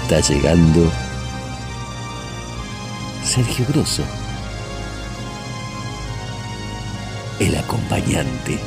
Está llegando Sergio Grosso, el acompañante.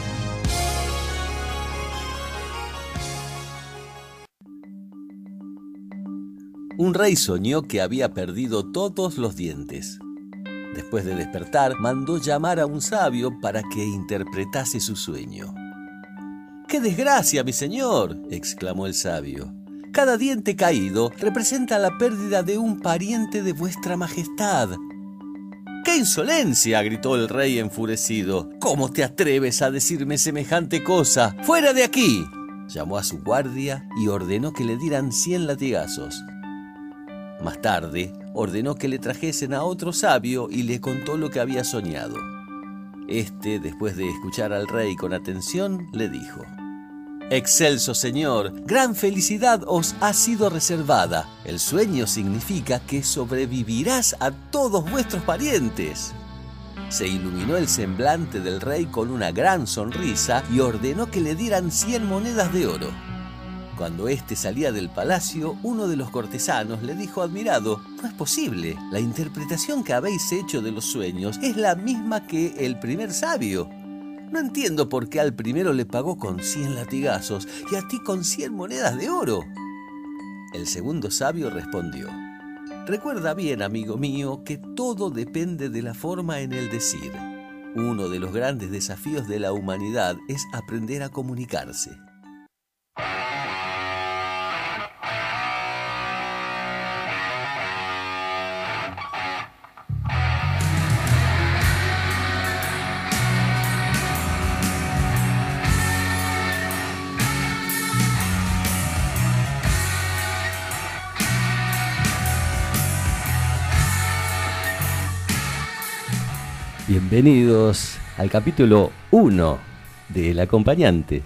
Un rey soñó que había perdido todos los dientes. Después de despertar, mandó llamar a un sabio para que interpretase su sueño. ¡Qué desgracia, mi señor!, exclamó el sabio. Cada diente caído representa la pérdida de un pariente de vuestra majestad. ¡Qué insolencia!, gritó el rey enfurecido. ¿Cómo te atreves a decirme semejante cosa? ¡Fuera de aquí!, llamó a su guardia y ordenó que le dieran 100 latigazos. Más tarde, ordenó que le trajesen a otro sabio y le contó lo que había soñado. Este, después de escuchar al rey con atención, le dijo: «Excelso señor, gran felicidad os ha sido reservada. El sueño significa que sobrevivirás a todos vuestros parientes». Se iluminó el semblante del rey con una gran sonrisa y ordenó que le dieran 100 monedas de oro. Cuando éste salía del palacio, uno de los cortesanos le dijo admirado: «No es posible, la interpretación que habéis hecho de los sueños es la misma que el primer sabio. No entiendo por qué al primero le pagó con 100 latigazos y a ti con 100 monedas de oro». El segundo sabio respondió: «Recuerda bien, amigo mío, que todo depende de la forma en el decir. Uno de los grandes desafíos de la humanidad es aprender a comunicarse». Bienvenidos al capítulo 1 de El Acompañante.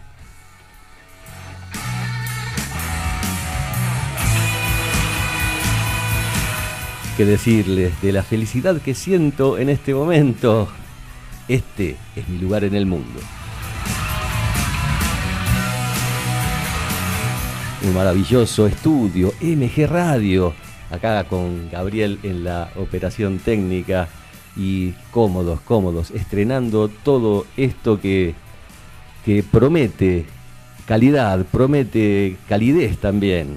¿Qué decirles de la felicidad que siento en este momento? Este es mi lugar en el mundo. Un maravilloso estudio, MG Radio, acá con Gabriel en la operación técnica. Y cómodos, estrenando todo esto que promete calidad, promete calidez también.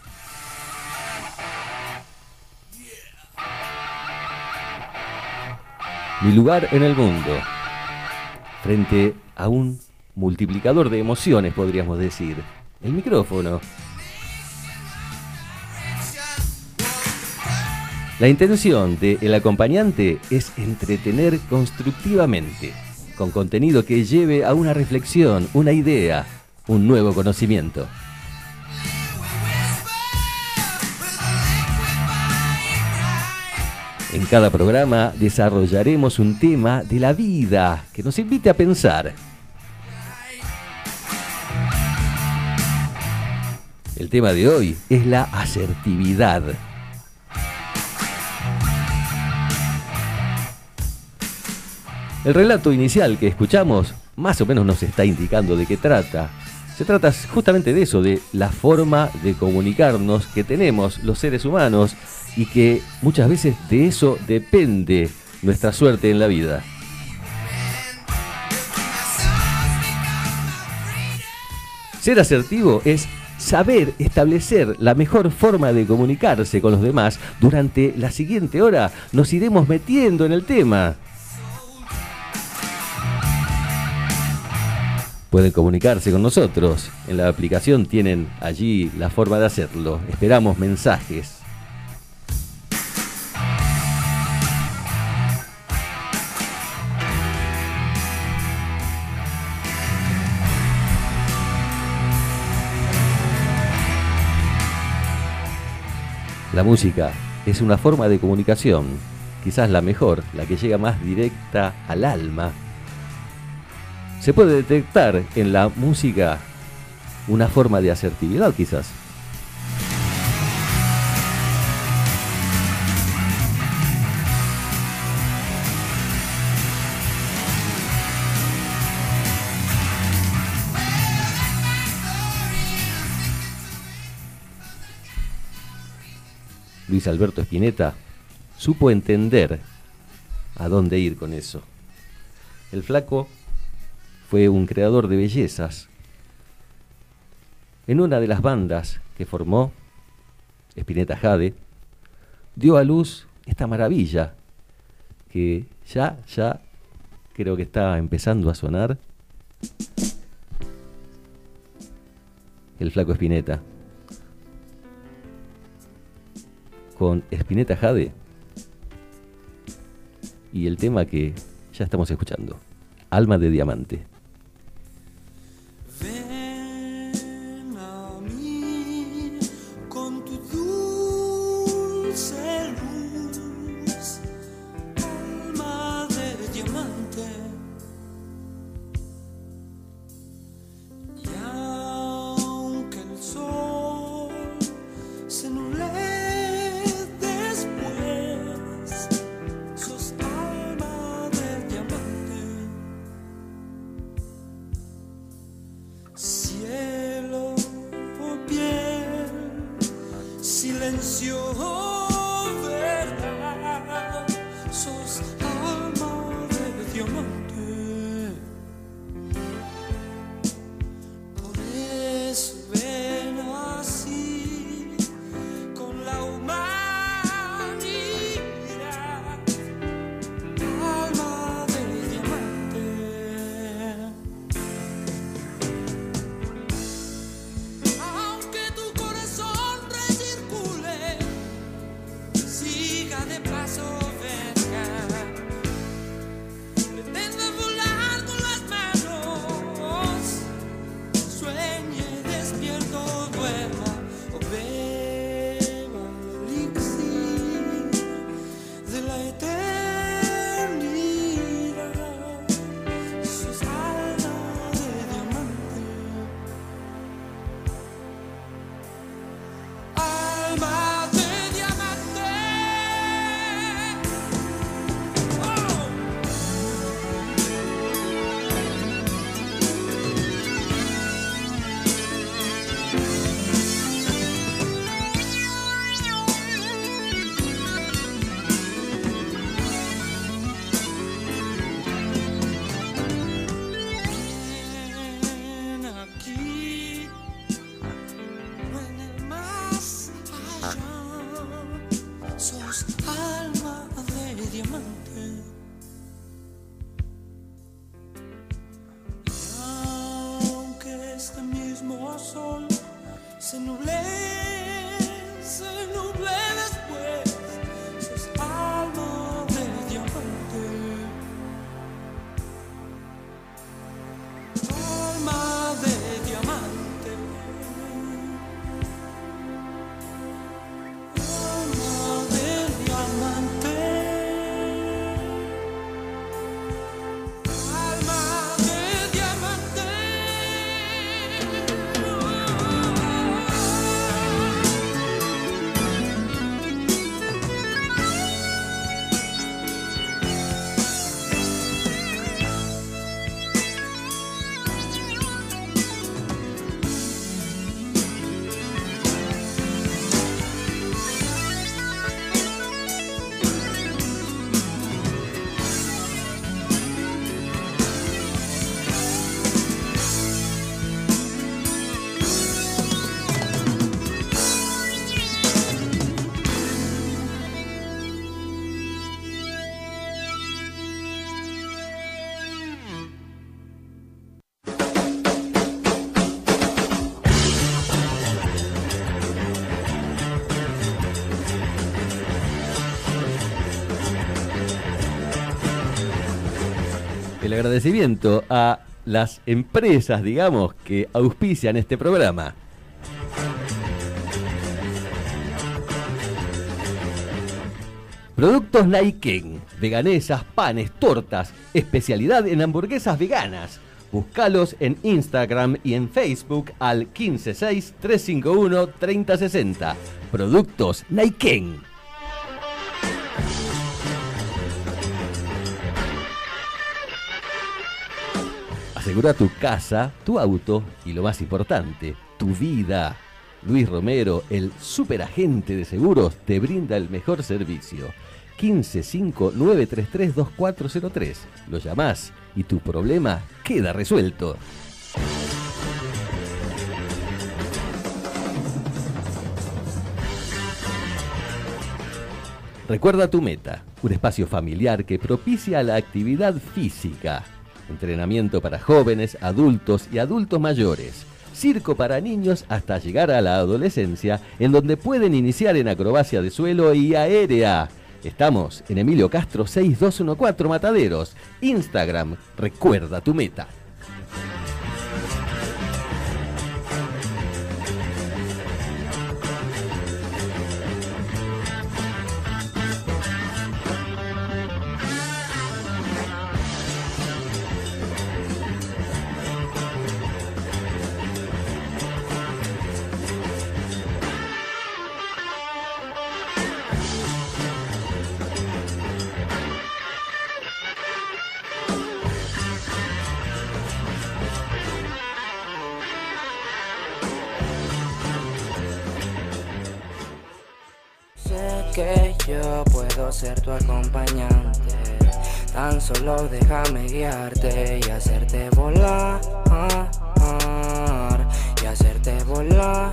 Mi lugar en el mundo, frente a un multiplicador de emociones, podríamos decir, el micrófono. La intención de El Acompañante es entretener constructivamente, con contenido que lleve a una reflexión, una idea, un nuevo conocimiento. En cada programa desarrollaremos un tema de la vida que nos invite a pensar. El tema de hoy es la asertividad. El relato inicial que escuchamos más o menos nos está indicando de qué trata. Se trata justamente de eso, de la forma de comunicarnos que tenemos los seres humanos y que muchas veces de eso depende nuestra suerte en la vida. Ser asertivo es saber establecer la mejor forma de comunicarse con los demás. Durante la siguiente hora nos iremos metiendo en el tema. Pueden comunicarse con nosotros. En la aplicación tienen allí la forma de hacerlo. Esperamos mensajes. La música es una forma de comunicación, quizás la mejor, la que llega más directa al alma. Se puede detectar en la música una forma de asertividad, quizás. Luis Alberto Spinetta supo entender a dónde ir con eso. El flaco fue un creador de bellezas. En una de las bandas que formó, Spinetta Jade, dio a luz esta maravilla que ya creo que está empezando a sonar. El flaco Spinetta con Spinetta Jade y el tema que ya estamos escuchando, Alma de Diamante. El agradecimiento a las empresas, digamos, que auspician este programa. Productos Naiken, veganesas, panes, tortas, especialidad en hamburguesas veganas. Búscalos en Instagram y en Facebook al 156-351-3060. Productos Naiken. Asegura tu casa, tu auto y lo más importante, tu vida. Luis Romero, el superagente de seguros, te brinda el mejor servicio. 155-933-2403. Lo llamás y tu problema queda resuelto. Recuerda tu meta, un espacio familiar que propicia la actividad física. Entrenamiento para jóvenes, adultos y adultos mayores. Circo para niños hasta llegar a la adolescencia, en donde pueden iniciar en acrobacia de suelo y aérea. Estamos en Emilio Castro 6214 Mataderos. Instagram, recuerda tu meta. Que yo puedo ser tu acompañante, tan solo déjame guiarte y hacerte volar, y hacerte volar.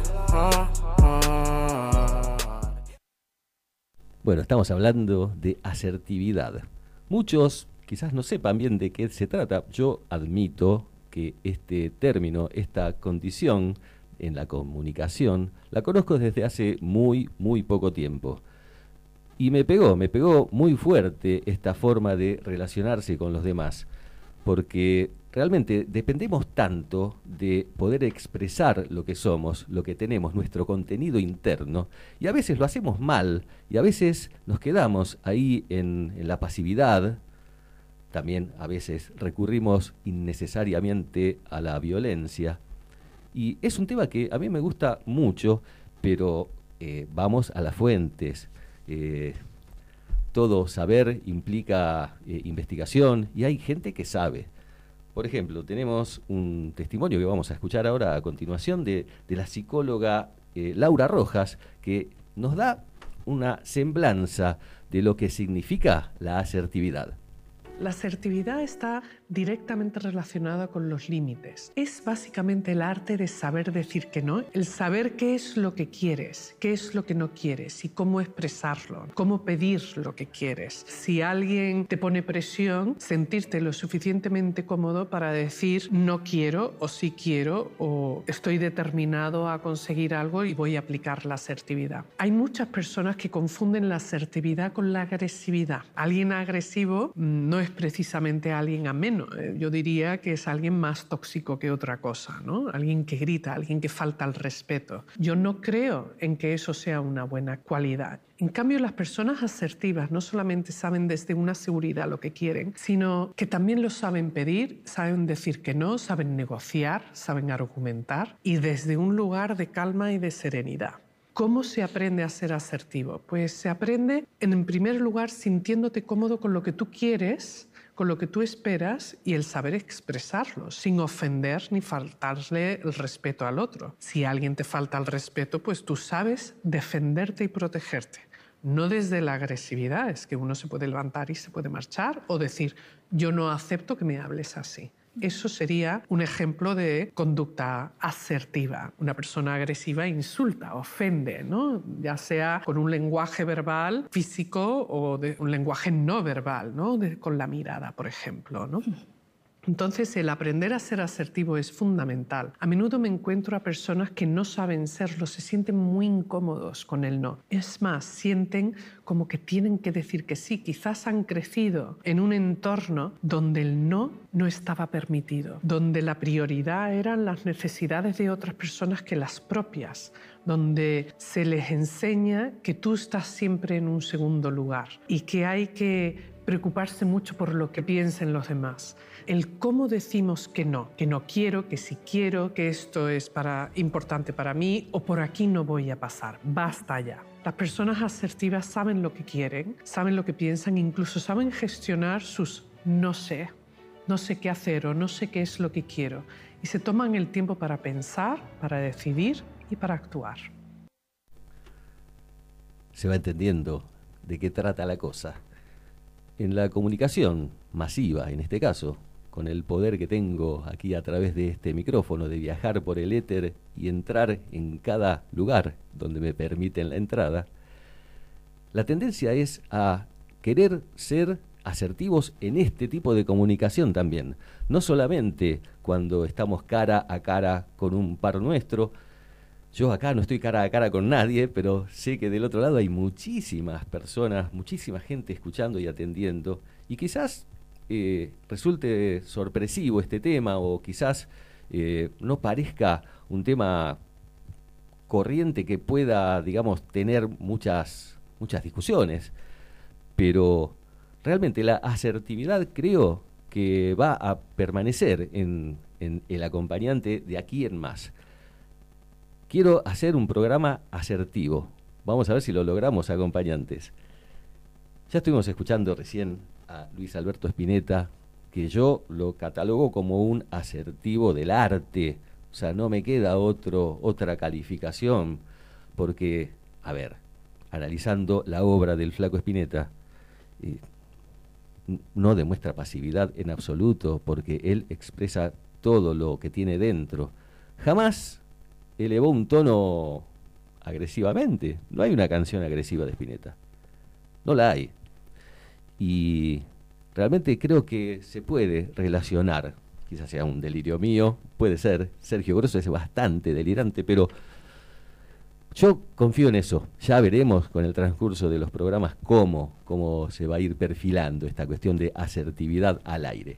Bueno, estamos hablando de asertividad. Muchos quizás no sepan bien de qué se trata. Yo admito que este término, esta condición en la comunicación, la conozco desde hace muy poco tiempo. Y me pegó muy fuerte esta forma de relacionarse con los demás, porque realmente dependemos tanto de poder expresar lo que somos, lo que tenemos, nuestro contenido interno, y a veces lo hacemos mal, y a veces nos quedamos ahí en la pasividad. También a veces recurrimos innecesariamente a la violencia, y es un tema que a mí me gusta mucho, pero vamos a las fuentes. Todo saber implica investigación y hay gente que sabe. Por ejemplo, tenemos un testimonio que vamos a escuchar ahora a continuación de la psicóloga Laura Rojas, que nos da una semblanza de lo que significa la asertividad. La asertividad está directamente relacionada con los límites. Es básicamente el arte de saber decir que no, el saber qué es lo que quieres, qué es lo que no quieres y cómo expresarlo, cómo pedir lo que quieres. Si alguien te pone presión, sentirte lo suficientemente cómodo para decir no quiero o sí quiero o estoy determinado a conseguir algo y voy a aplicar la asertividad. Hay muchas personas que confunden la asertividad con la agresividad. Alguien agresivo no es precisamente alguien ameno. Yo diría que es alguien más tóxico que otra cosa, ¿no? Alguien que grita, alguien que falta al respeto. Yo no creo en que eso sea una buena cualidad. En cambio, las personas asertivas no solamente saben desde una seguridad lo que quieren, sino que también lo saben pedir, saben decir que no, saben negociar, saben argumentar y desde un lugar de calma y de serenidad. ¿Cómo se aprende a ser asertivo? Pues se aprende, en primer lugar, sintiéndote cómodo con lo que tú quieres, con lo que tú esperas y el saber expresarlo, sin ofender ni faltarle el respeto al otro. Si alguien te falta el respeto, pues tú sabes defenderte y protegerte. No desde la agresividad, es que uno se puede levantar y se puede marchar o decir, yo no acepto que me hables así. Eso sería un ejemplo de conducta asertiva. Una persona agresiva insulta, ofende, ¿no? Ya sea con un lenguaje verbal, físico o de un lenguaje no verbal, ¿no? Con la mirada, por ejemplo, ¿no? Entonces, el aprender a ser asertivo es fundamental. A menudo me encuentro a personas que no saben serlo, se sienten muy incómodos con el no. Es más, sienten como que tienen que decir que sí. Quizás han crecido en un entorno donde el no estaba permitido, donde la prioridad eran las necesidades de otras personas que las propias, donde se les enseña que tú estás siempre en un segundo lugar y que hay que preocuparse mucho por lo que piensen los demás. El cómo decimos que no quiero, que sí quiero, que esto es importante para mí o por aquí no voy a pasar, basta ya. Las personas asertivas saben lo que quieren, saben lo que piensan, incluso saben gestionar sus no sé qué hacer o no sé qué es lo que quiero. Y se toman el tiempo para pensar, para decidir y para actuar. Se va entendiendo de qué trata la cosa. En la comunicación masiva, en este caso, con el poder que tengo aquí a través de este micrófono, de viajar por el éter y entrar en cada lugar donde me permiten la entrada, la tendencia es a querer ser asertivos en este tipo de comunicación también. No solamente cuando estamos cara a cara con un par nuestro. Yo acá no estoy cara a cara con nadie, pero sé que del otro lado hay muchísimas personas, muchísima gente escuchando y atendiendo, y quizás resulte sorpresivo este tema, o quizás no parezca un tema corriente que pueda, digamos, tener muchas discusiones, pero realmente la asertividad creo que va a permanecer en el acompañante de aquí en más. Quiero hacer un programa asertivo. Vamos a ver si lo logramos, acompañantes. Ya estuvimos escuchando recién a Luis Alberto Spinetta, que yo lo catalogo como un asertivo del arte. O sea, no me queda otra calificación, porque, a ver, analizando la obra del Flaco Spinetta, no demuestra pasividad en absoluto, porque él expresa todo lo que tiene dentro. Jamás elevó un tono agresivamente. No hay una canción agresiva de Spinetta. No la hay. Y realmente creo que se puede relacionar, quizás sea un delirio mío, puede ser, Sergio Grosso es bastante delirante, pero yo confío en eso. Ya veremos con el transcurso de los programas cómo se va a ir perfilando esta cuestión de asertividad al aire.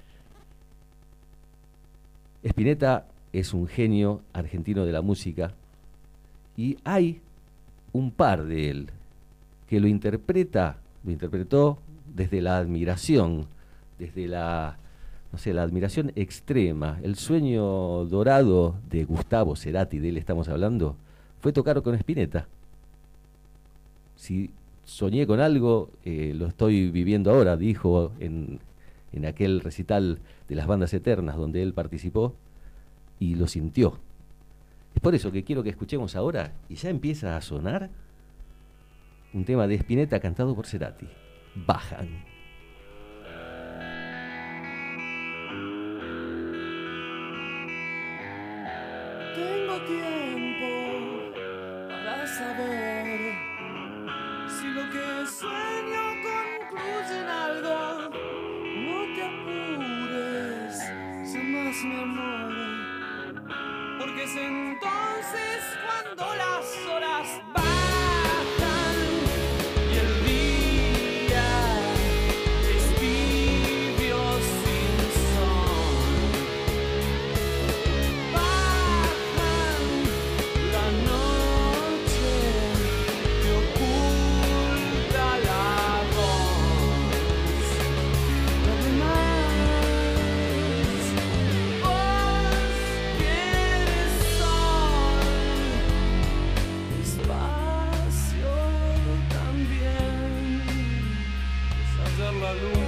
Spinetta es un genio argentino de la música, y hay un par de él que lo interpretó desde la admiración, desde la admiración extrema. El sueño dorado de Gustavo Cerati, de él estamos hablando, fue tocar con Spinetta. Si soñé con algo, lo estoy viviendo ahora, dijo en aquel recital de las Bandas Eternas donde él participó, y lo sintió. Es por eso que quiero que escuchemos ahora, y ya empieza a sonar, un tema de Spinetta cantado por Cerati. Bajan. Tengo tiempo para saber si lo que sueño concluye en algo. No te apures, jamás mi amor, porque es entonces cuando las horas bajan y el día es tibio sin sol. Bajan, la noche te oculta la voz. Lo demás, vos quieres sol, espacio también, es hacer la luna.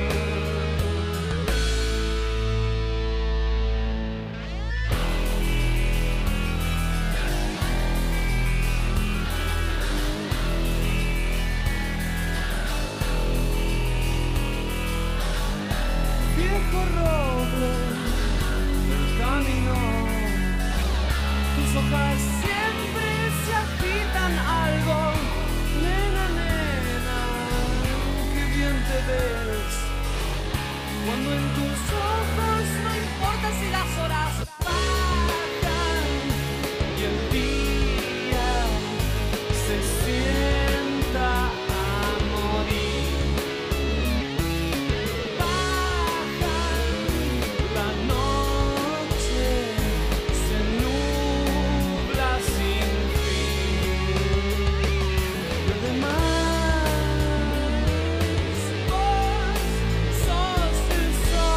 Viejo roble del camino, tus hojas siempre se agitan algo. Nena, nena, qué bien te ves, cuando en tus ojos no importa si las horas bajan y el día se sienta a morir. La noche se nubla sin fin. Lo demás, vos sos el sol.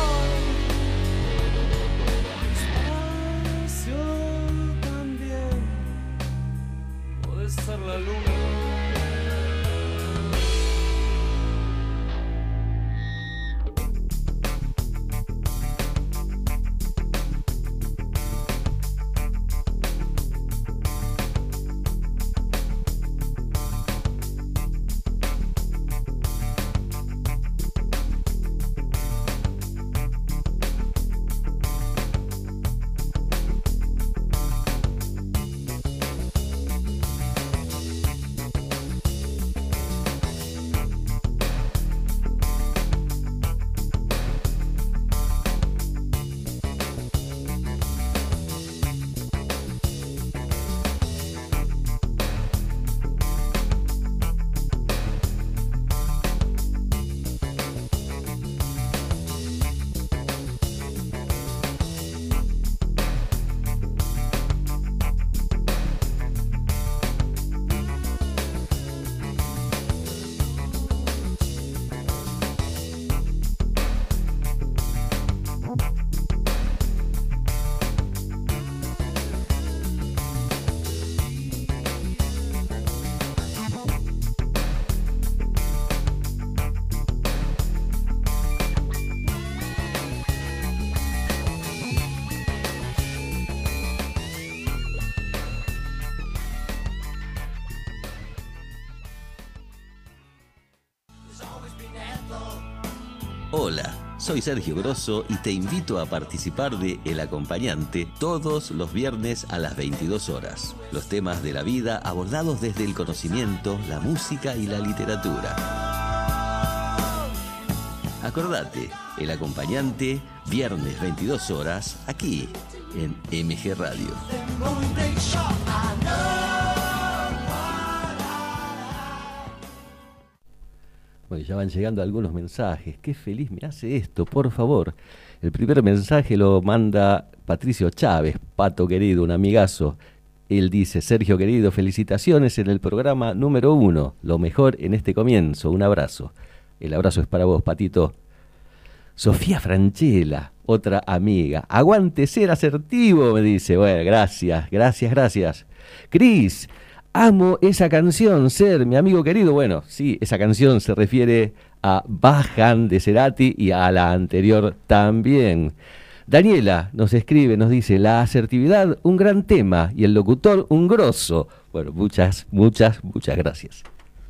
Hola, soy Sergio Grosso y te invito a participar de El Acompañante todos los viernes a las 22 horas. Los temas de la vida abordados desde el conocimiento, la música y la literatura. Acordate, El Acompañante, viernes 22 horas, aquí en MG Radio. Bueno, ya van llegando algunos mensajes. Qué feliz me hace esto, por favor. El primer mensaje lo manda Patricio Chávez, Pato querido, un amigazo. Él dice: Sergio querido, felicitaciones en el programa número 1. Lo mejor en este comienzo. Un abrazo. El abrazo es para vos, Patito. Sofía Franchella, otra amiga. Aguante ser asertivo, me dice. Bueno, gracias. Cris, amo esa canción, Ser, mi amigo querido. Bueno, sí, esa canción se refiere a Bajan de Cerati y a la anterior también. Daniela nos escribe, nos dice: la asertividad, un gran tema, y el locutor, un grosso. Bueno, muchas gracias.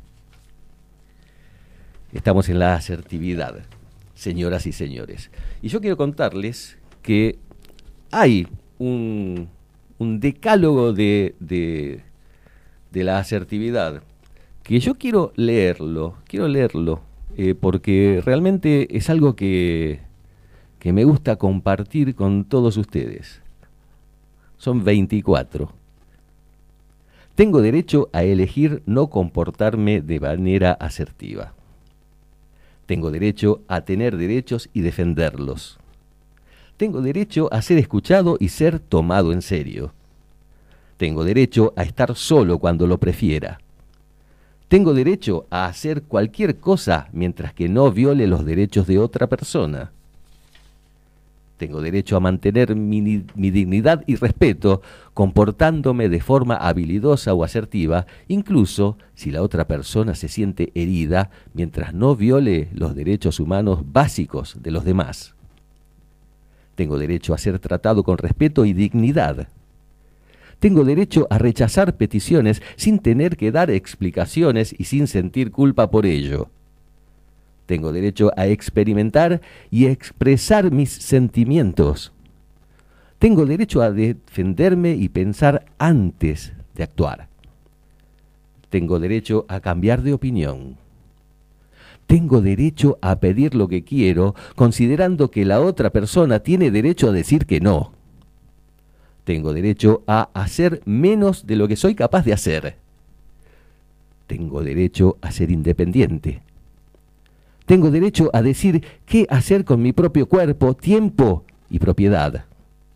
Estamos en la asertividad, señoras y señores. Y yo quiero contarles que hay un decálogo de la asertividad que yo quiero leerlo, porque realmente es algo que me gusta compartir con todos ustedes. Son 24. Tengo derecho a elegir no comportarme de manera asertiva. Tengo derecho a tener derechos y defenderlos. Tengo derecho a ser escuchado y ser tomado en serio. Tengo derecho a estar solo cuando lo prefiera. Tengo derecho a hacer cualquier cosa mientras que no viole los derechos de otra persona. Tengo derecho a mantener mi dignidad y respeto, comportándome de forma habilidosa o asertiva, incluso si la otra persona se siente herida, mientras no viole los derechos humanos básicos de los demás. Tengo derecho a ser tratado con respeto y dignidad. Tengo derecho a rechazar peticiones sin tener que dar explicaciones y sin sentir culpa por ello. Tengo derecho a experimentar y expresar mis sentimientos. Tengo derecho a defenderme y pensar antes de actuar. Tengo derecho a cambiar de opinión. Tengo derecho a pedir lo que quiero, considerando que la otra persona tiene derecho a decir que no. Tengo derecho a hacer menos de lo que soy capaz de hacer. Tengo derecho a ser independiente. Tengo derecho a decir qué hacer con mi propio cuerpo, tiempo y propiedad.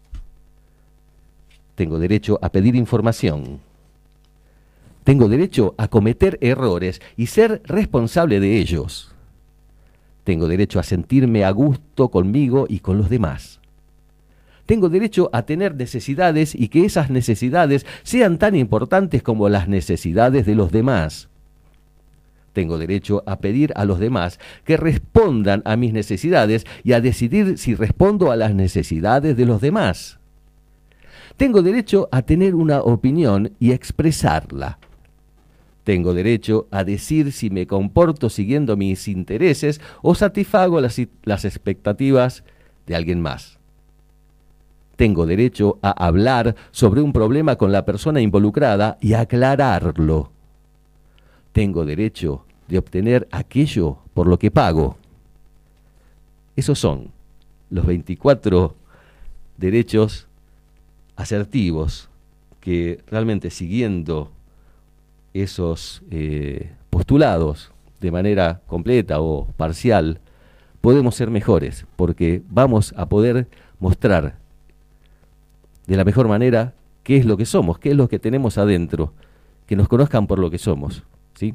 Tengo derecho a pedir información. Tengo derecho a cometer errores y ser responsable de ellos. Tengo derecho a sentirme a gusto conmigo y con los demás. Tengo derecho a tener necesidades y que esas necesidades sean tan importantes como las necesidades de los demás. Tengo derecho a pedir a los demás que respondan a mis necesidades y a decidir si respondo a las necesidades de los demás. Tengo derecho a tener una opinión y expresarla. Tengo derecho a decir si me comporto siguiendo mis intereses o satisfago las expectativas de alguien más. Tengo derecho a hablar sobre un problema con la persona involucrada y aclararlo. Tengo derecho de obtener aquello por lo que pago. Esos son los 24 derechos asertivos que realmente, siguiendo esos postulados de manera completa o parcial, podemos ser mejores, porque vamos a poder mostrar de la mejor manera qué es lo que somos, qué es lo que tenemos adentro, que nos conozcan por lo que somos, ¿sí?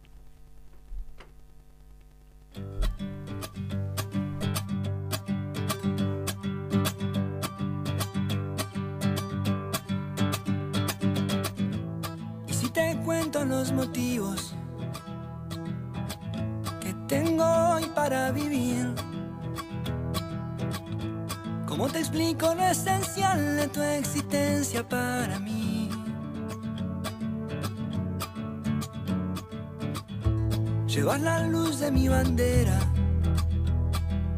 Y si te cuento los motivos que tengo hoy para vivir, ¿cómo te explico lo esencial de tu existencia para mí? Llevar la luz de mi bandera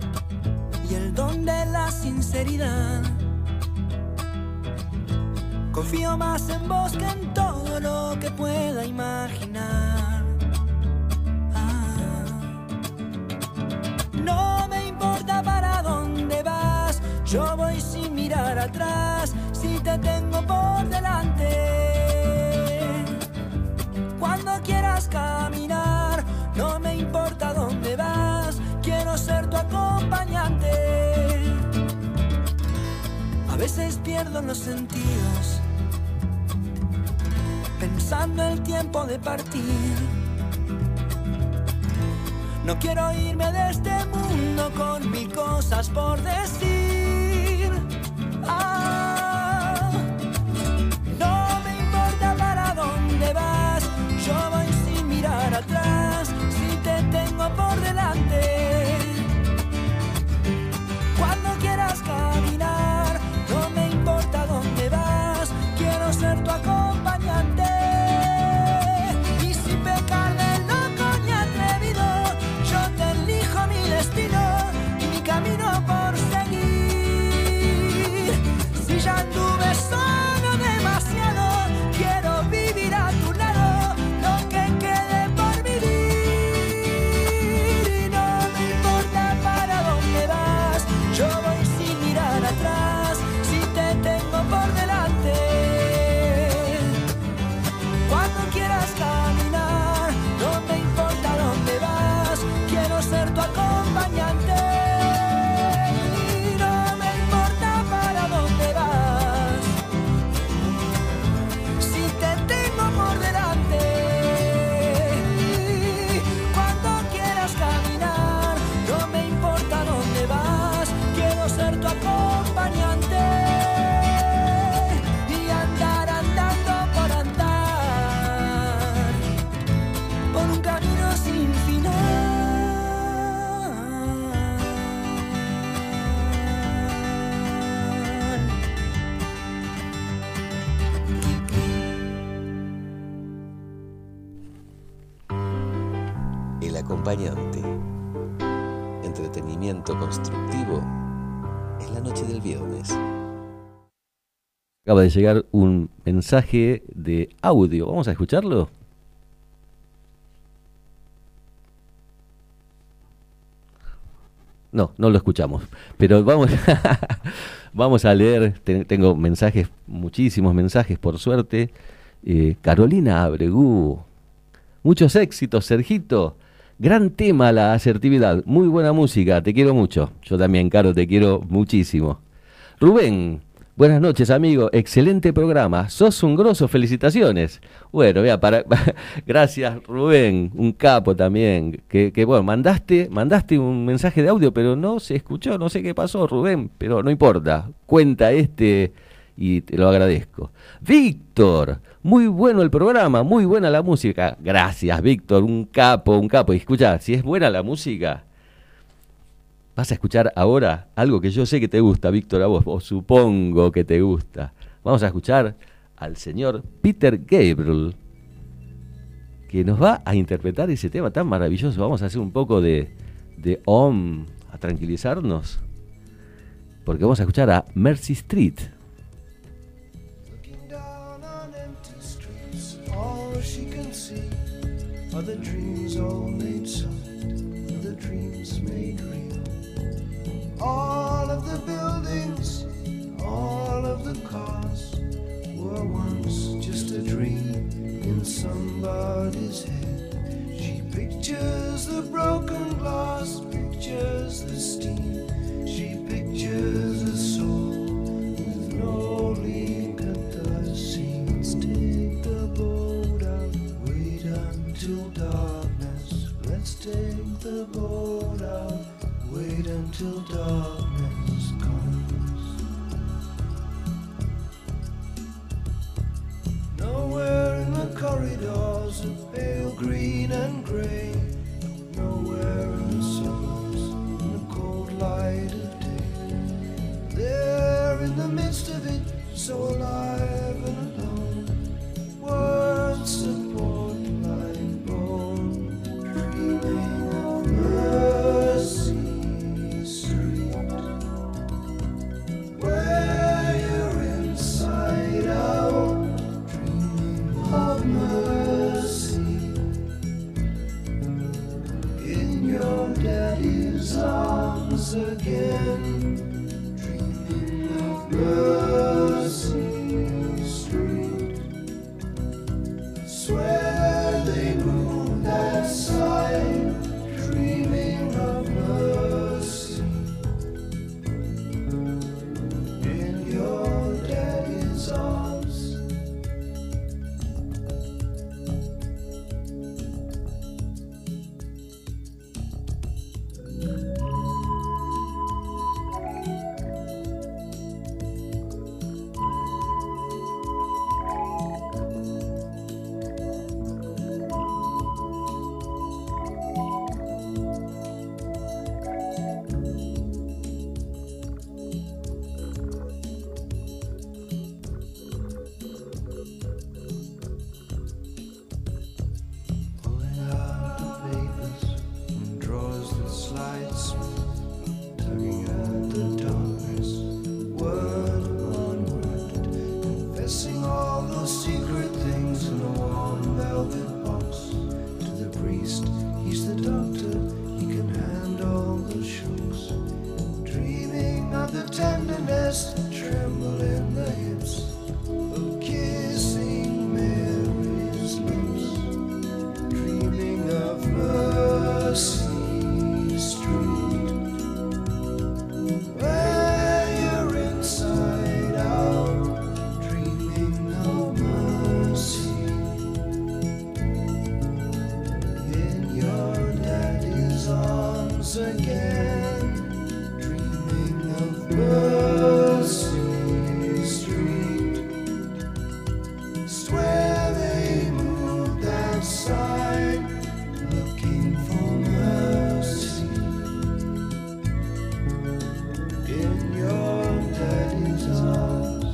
de la sinceridad. Confío más en vos que en todo lo que pueda imaginar. No me importa para dónde vas, yo voy sin mirar atrás, si te tengo por delante. Cuando quieras caminar, no me importa dónde vas, quiero ser tu acompañante. A veces pierdo los sentidos, pensando el tiempo de partir. No quiero irme de este mundo con mil cosas por decir. No me importa para dónde vas, yo voy sin mirar atrás, si te tengo por delante. Cuando quieras caminar, no me importa dónde vas, quiero ser tu acompañante. Y sin pecar de loco ni atrevido, yo te elijo mi destino y mi camino por seguir. Si ya anduve solo demasiado, quiero vivir a tu lado lo que quede por vivir. Y no me importa para dónde vas, yo voy sin mirar atrás, si te tengo por delante. Cuando quieras caminar, no me importa dónde vas, quiero ser tu acompañante. Y no me importa para dónde vas, si te tengo por delante. Cuando quieras caminar, no me importa dónde vas, quiero ser tu acompañante. Y andar andando por andar, por un camino sin final. El acompañante. Entretenimiento constructivo en la noche del viernes. Acaba de llegar un mensaje de audio. ¿Vamos a escucharlo? No, no lo escuchamos. Pero vamos, vamos a leer. Tengo mensajes, muchísimos mensajes, por suerte. Carolina Abregú. Muchos éxitos, Sergito. Gran tema la asertividad. Muy buena música. Te quiero mucho. Yo también, Caro, te quiero muchísimo. Rubén. Buenas noches, amigo. Excelente programa. Sos un grosso. Felicitaciones. Bueno, vea, gracias, Rubén. Un capo también. Que bueno, mandaste un mensaje de audio, pero no se escuchó. No sé qué pasó, Rubén, pero no importa. Cuenta y te lo agradezco. Víctor, muy bueno el programa, muy buena la música. Gracias, Víctor, un capo. Y escucha, si es buena la música, vas a escuchar ahora algo que yo sé que te gusta, Víctor, a vos, o supongo que te gusta. Vamos a escuchar al señor Peter Gabriel, que nos va a interpretar ese tema tan maravilloso. Vamos a hacer un poco de Om, a tranquilizarnos, porque vamos a escuchar a Mercy Street. Are the dreams all made solid? Are the dreams made real? All of the buildings, all of the cars were once just a dream in somebody's head. She pictures the broken glass, pictures the steam. She pictures a soul with no link at the seams. Take the boat out, wait until darkness. Let's take the boat out, wait until darkness comes. Nowhere in the corridors of pale green and grey, nowhere in the suburbs in the cold light of day. There in the midst of it, so alive and alone, words support like bone, dreaming of Mercy Street. secret things in a warm velvet box. To the priest, he's the doctor, he can handle the shocks. Dreaming of the tenderness, tremble in the hips of kissing Mary's lips. Dreaming of Mercy Street, where you're inside out, dreaming of mercy in your daddy's arms again, dreaming of Mercy Street. Swear they moved that side, looking for mercy in your daddy's arms.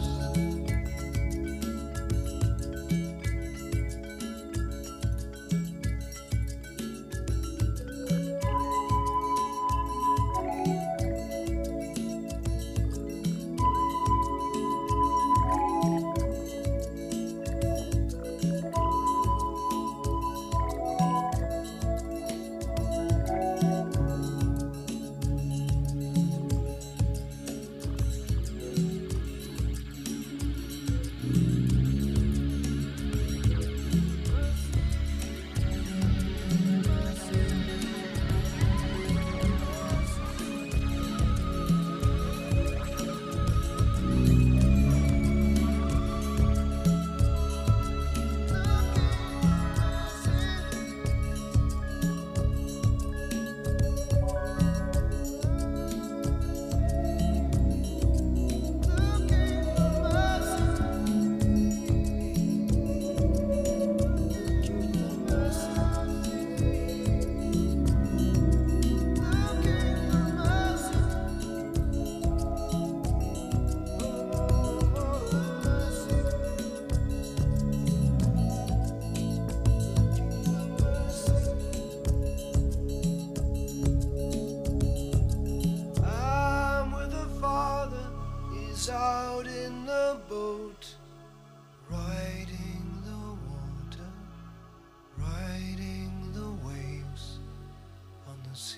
I'm with the father, he's out in the boat, riding the water, riding the waves on the sea.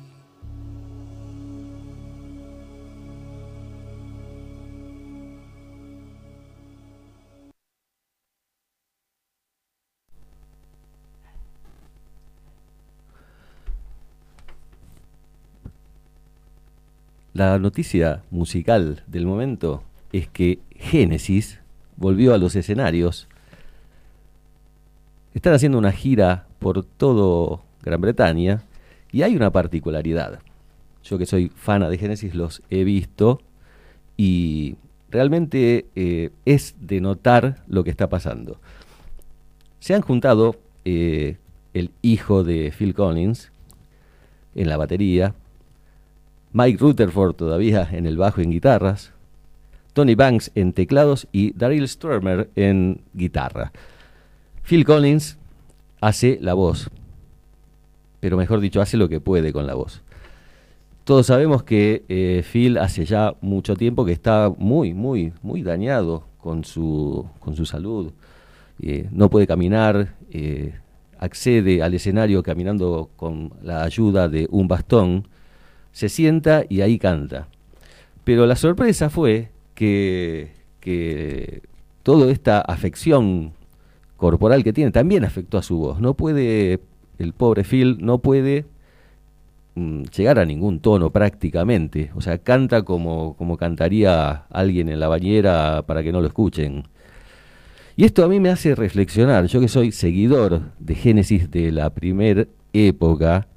La noticia musical del momento es que Genesis volvió a los escenarios. Están haciendo una gira por todo Gran Bretaña y hay una particularidad. Yo que soy fana de Genesis los he visto y realmente es de notar lo que está pasando. Se han juntado el hijo de Phil Collins en la batería, Mike Rutherford todavía en el bajo y en guitarras, Tony Banks en teclados y Daryl Stuermer en guitarra. Phil Collins hace la voz, pero mejor dicho, hace lo que puede con la voz. Todos sabemos que Phil hace ya mucho tiempo que está muy dañado con su salud. No puede caminar, accede al escenario caminando con la ayuda de un bastón, se sienta y ahí canta. Pero la sorpresa fue que toda esta afección corporal que tiene también afectó a su voz. No puede, el pobre Phil no puede llegar a ningún tono prácticamente. O sea, canta como cantaría alguien en la bañera para que no lo escuchen. Y esto a mí me hace reflexionar, yo que soy seguidor de Genesis de la primera época,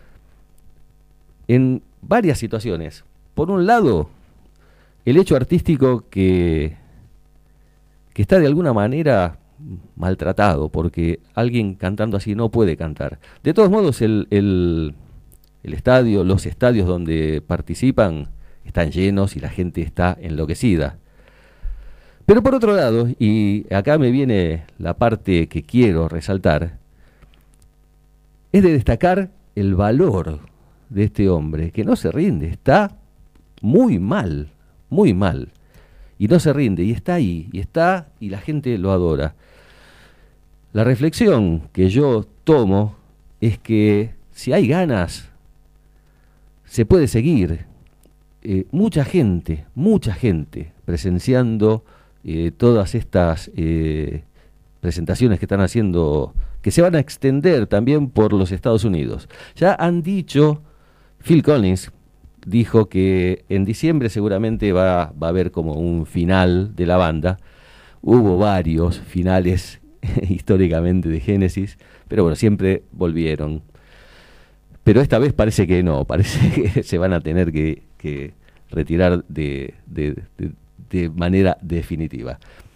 en varias situaciones. Por un lado, el hecho artístico que está de alguna manera maltratado, porque alguien cantando así no puede cantar. De todos modos, el estadio, los estadios donde participan están llenos y la gente está enloquecida. Pero por otro lado, y acá me viene la parte que quiero resaltar, es de destacar el valor de este hombre, que no se rinde, está muy mal, muy mal. y no se rinde, y está ahí, y la gente lo adora. La reflexión que yo tomo es que si hay ganas, se puede seguir. Mucha gente presenciando todas estas presentaciones que están haciendo, que se van a extender también por los Estados Unidos. Ya han dicho, Phil Collins dijo que en diciembre seguramente va a haber como un final de la banda. Hubo varios finales históricamente de Genesis, pero bueno, siempre volvieron. Pero esta vez parece que no, parece que se van a tener que retirar de manera definitiva.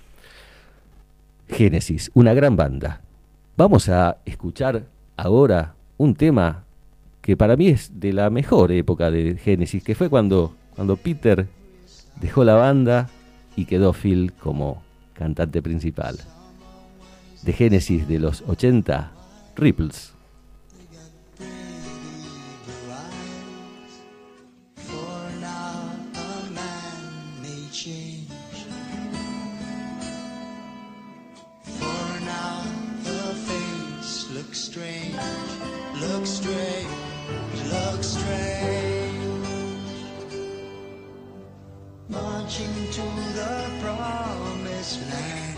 Genesis, una gran banda. Vamos a escuchar ahora un tema que para mí es de la mejor época de Genesis, que fue cuando Peter dejó la banda y quedó Phil como cantante principal. De Genesis de los 80, Ripples. Marching to the promised land,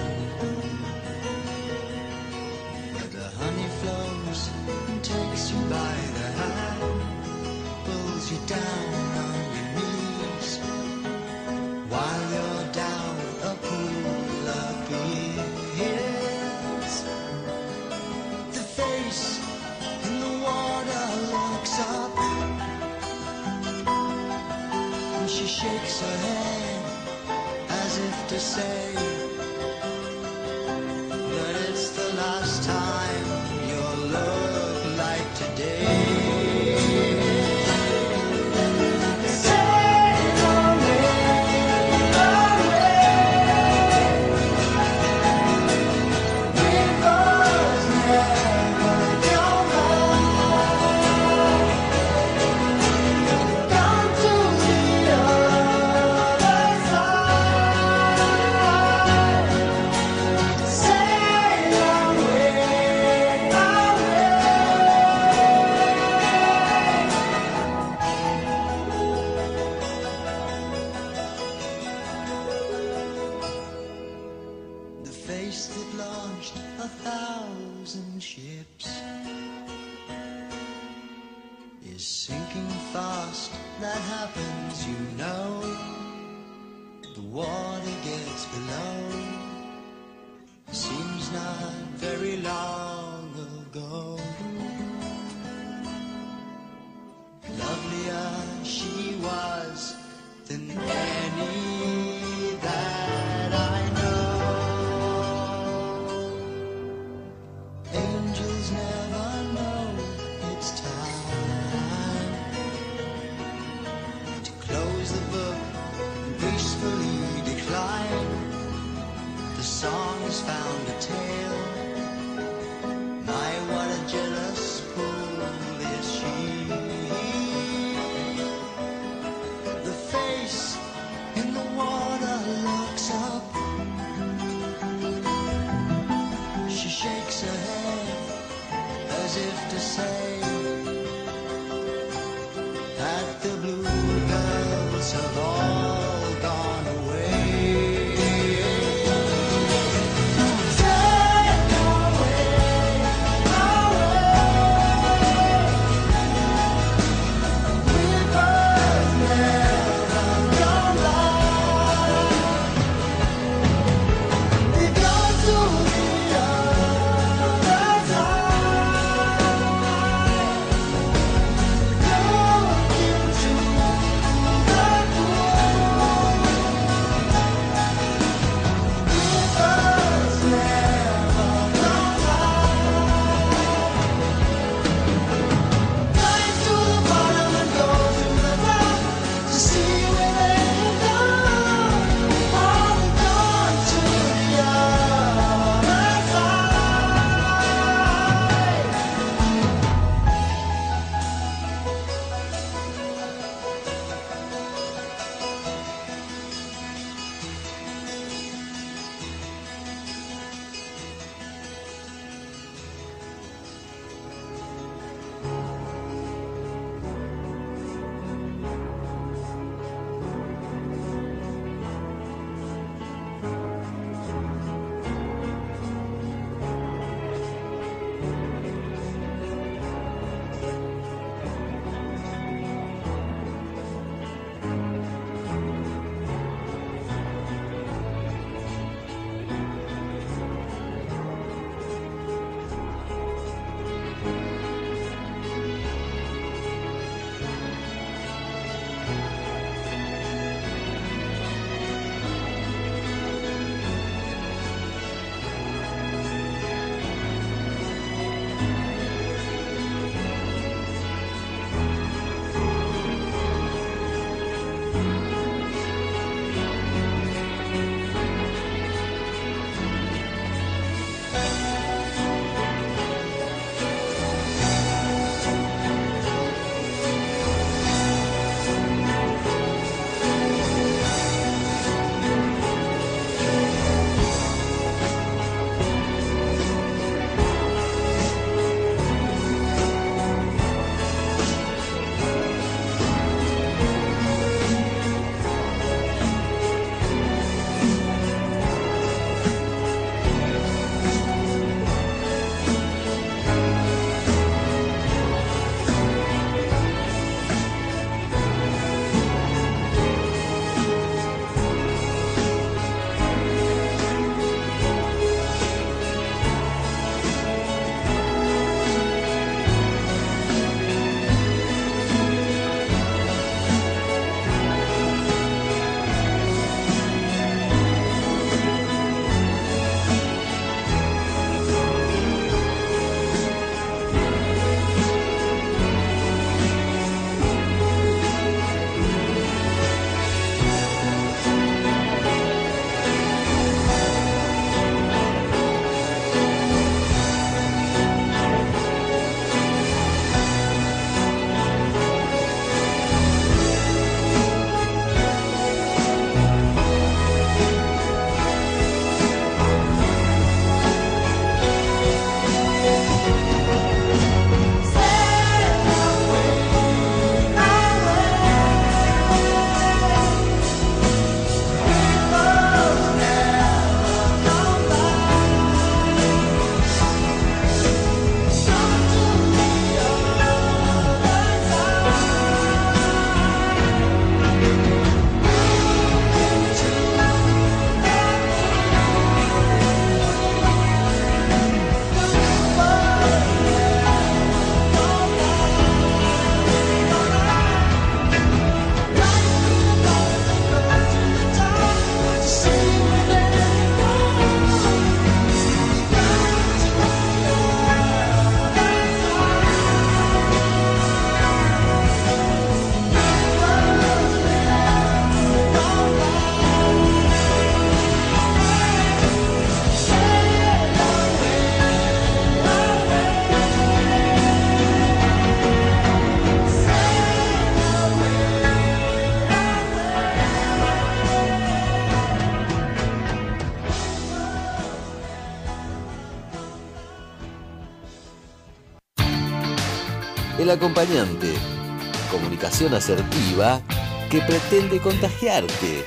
where the honey flows and takes you by the hand, pulls you down on your knees, while you're down a pool of pearls. The face in the water looks up, and she shakes her head as if to say that it's the last time you'll look like today. Say El acompañante. Comunicación asertiva que pretende contagiarte.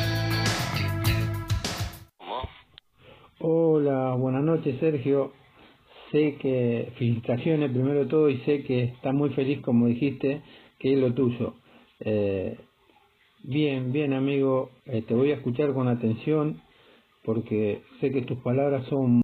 Hola, buenas noches, Sergio. Sé que, felicitaciones primero de todo, y sé que estás muy feliz, como dijiste, que es lo tuyo. Bien, amigo, te voy a escuchar con atención porque sé que tus palabras son...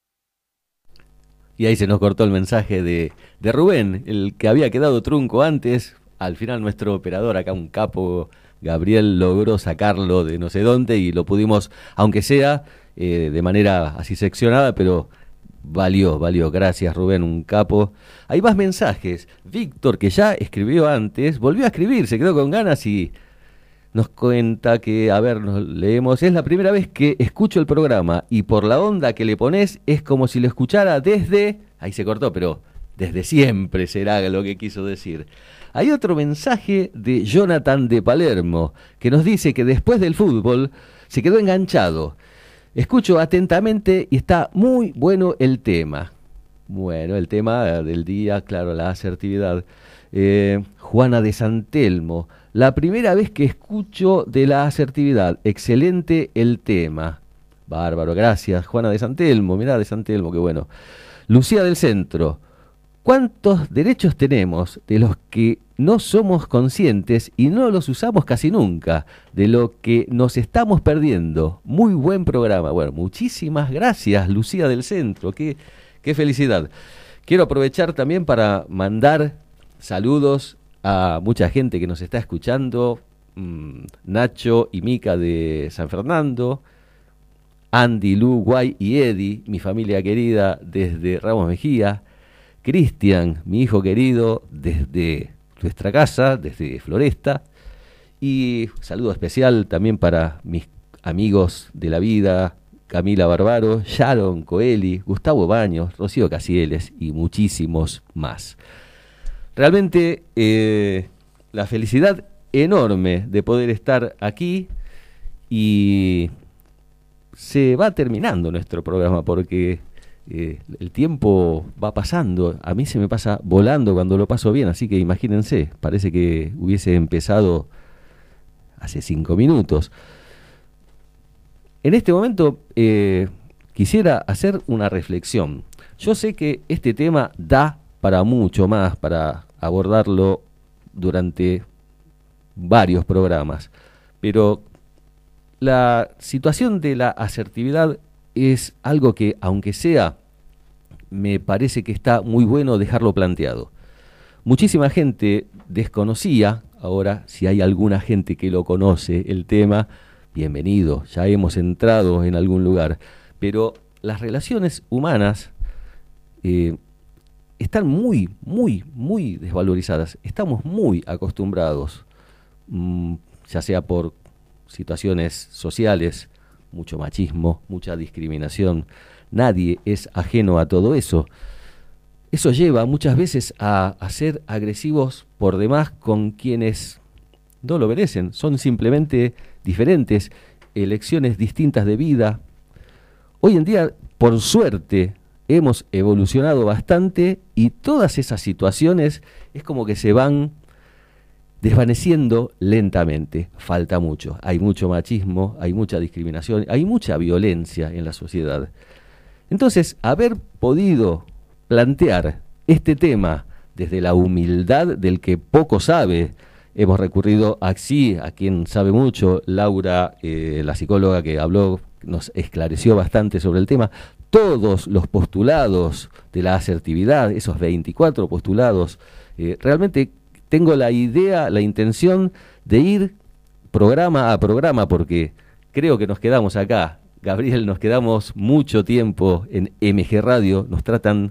Y ahí se nos cortó el mensaje de Rubén, el que había quedado trunco antes. Al final nuestro operador, acá un capo, Gabriel, logró sacarlo de no sé dónde y lo pudimos, aunque sea de manera así seccionada, pero valió. Gracias, Rubén, un capo. Hay más mensajes. Víctor, que ya escribió antes, volvió a escribir, se quedó con ganas y nos cuenta que, a ver, nos leemos: es la primera vez que escucho el programa y por la onda que le pones es como si lo escuchara desde... Ahí se cortó, pero desde siempre será lo que quiso decir. Hay otro mensaje de Jonathan de Palermo, que nos dice que después del fútbol se quedó enganchado. Escucho atentamente y está muy bueno el tema. Bueno, el tema del día, claro, la asertividad. Juana de San Telmo: la primera vez que escucho de la asertividad, excelente el tema. Bárbaro, gracias, Juana de San Telmo, mirá, de San Telmo, qué bueno. Lucía del Centro: ¿cuántos derechos tenemos de los que no somos conscientes y no los usamos casi nunca? De lo que nos estamos perdiendo. Muy buen programa. Bueno, muchísimas gracias, Lucía del Centro, qué felicidad. Quiero aprovechar también para mandar saludos a mucha gente que nos está escuchando. Nacho y Mica de San Fernando, Andy, Lu, Guay y Eddie, mi familia querida desde Ramos Mejía, Cristian, mi hijo querido desde nuestra casa, desde Floresta, y saludo especial también para mis amigos de la vida, Camila Barbaro, Sharon Coeli, Gustavo Baños, Rocío Casieles y muchísimos más. Realmente la felicidad enorme de poder estar aquí, y se va terminando nuestro programa porque el tiempo va pasando. A mí se me pasa volando cuando lo paso bien, así que imagínense, parece que hubiese empezado hace 5 minutos. En este momento quisiera hacer una reflexión. Yo sé que este tema da para mucho más, para abordarlo durante varios programas, pero la situación de la asertividad es algo que, aunque sea, me parece que está muy bueno dejarlo planteado. Muchísima gente desconocía, ahora si hay alguna gente que lo conoce el tema, bienvenido, ya hemos entrado en algún lugar, pero las relaciones humanas están muy desvalorizadas, estamos muy acostumbrados, ya sea por situaciones sociales, mucho machismo, mucha discriminación. Nadie es ajeno a todo eso. Eso lleva muchas veces a ser agresivos por demás con quienes no lo merecen. Son simplemente diferentes, elecciones distintas de vida. Hoy en día, por suerte, hemos evolucionado bastante y todas esas situaciones es como que se van desvaneciendo lentamente. Falta mucho, hay mucho machismo, hay mucha discriminación, hay mucha violencia en la sociedad. Entonces, haber podido plantear este tema desde la humildad del que poco sabe, hemos recurrido a quien sabe mucho, Laura, la psicóloga que habló, nos esclareció bastante sobre el tema. Todos los postulados de la asertividad, esos 24 postulados, realmente tengo la idea, la intención de ir programa a programa, porque creo que nos quedamos acá, Gabriel, nos quedamos mucho tiempo en MG Radio, nos tratan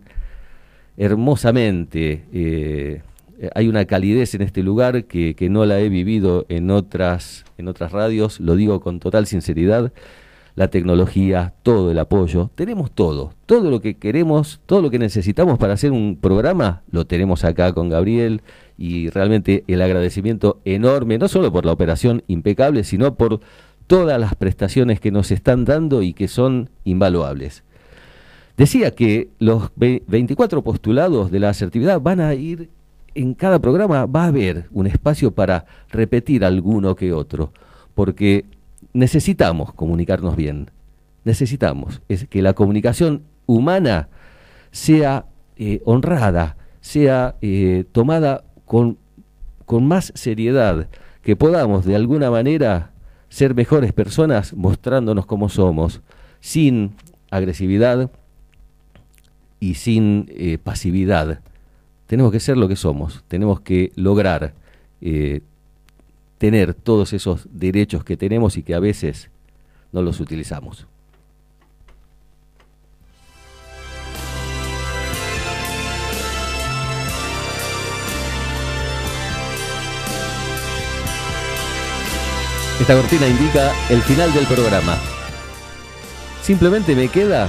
hermosamente, hay una calidez en este lugar que no la he vivido en otras radios, lo digo con total sinceridad. La tecnología, todo el apoyo, tenemos todo lo que queremos, todo lo que necesitamos para hacer un programa, lo tenemos acá con Gabriel, y realmente el agradecimiento enorme, no solo por la operación impecable, sino por todas las prestaciones que nos están dando y que son invaluables. Decía que los 24 postulados de la asertividad van a ir en cada programa va a haber un espacio para repetir alguno que otro, porque necesitamos comunicarnos bien, necesitamos que la comunicación humana sea honrada, sea tomada con más seriedad, que podamos de alguna manera ser mejores personas mostrándonos como somos, sin agresividad y sin pasividad. Tenemos que ser lo que somos, tenemos que lograr tener todos esos derechos que tenemos y que a veces no los utilizamos. Esta cortina indica el final del programa. Simplemente me queda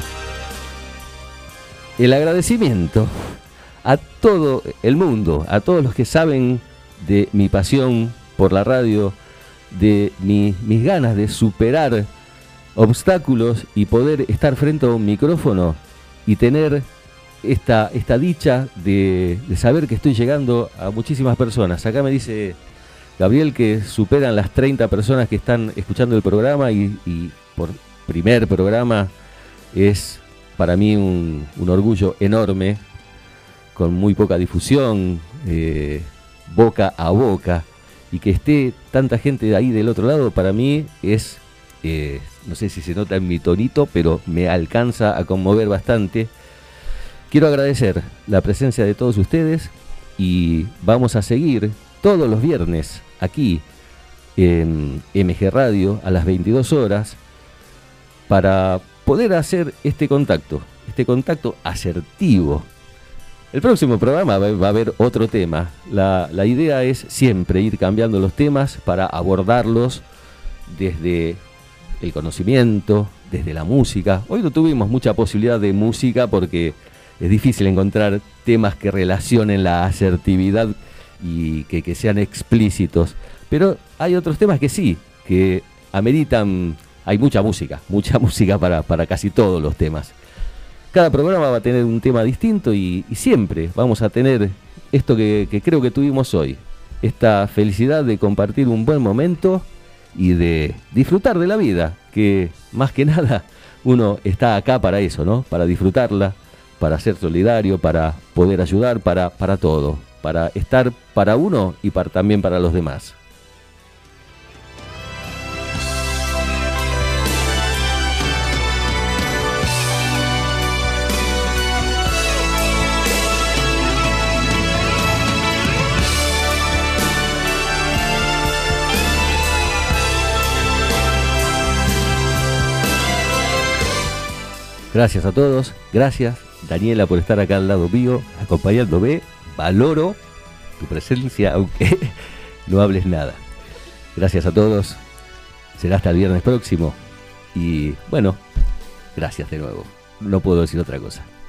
el agradecimiento a todo el mundo, a todos los que saben de mi pasión por la radio, de mis ganas de superar obstáculos y poder estar frente a un micrófono y tener esta dicha de saber que estoy llegando a muchísimas personas. Acá me dice Gabriel que superan las 30 personas que están escuchando el programa y por primer programa es para mí un orgullo enorme, con muy poca difusión, boca a boca, y que esté tanta gente ahí del otro lado, para mí es, no sé si se nota en mi tonito, pero me alcanza a conmover bastante. Quiero agradecer la presencia de todos ustedes y vamos a seguir todos los viernes aquí en MG Radio a las 22 horas para poder hacer este contacto asertivo. El próximo programa va a haber otro tema. La idea es siempre ir cambiando los temas para abordarlos desde el conocimiento, desde la música. Hoy no tuvimos mucha posibilidad de música porque es difícil encontrar temas que relacionen la asertividad y que sean explícitos. Pero hay otros temas que sí, que ameritan. Hay mucha música para casi todos los temas. Cada programa va a tener un tema distinto y siempre vamos a tener esto que creo que tuvimos hoy. Esta felicidad de compartir un buen momento y de disfrutar de la vida, que más que nada uno está acá para eso, ¿no? Para disfrutarla, para ser solidario, para poder ayudar, para todo, para estar para uno y también para los demás. Gracias a todos, gracias Daniela por estar acá al lado mío, acompañándome. Valoro tu presencia, aunque no hables nada. Gracias a todos, será hasta el viernes próximo y bueno, gracias de nuevo, no puedo decir otra cosa.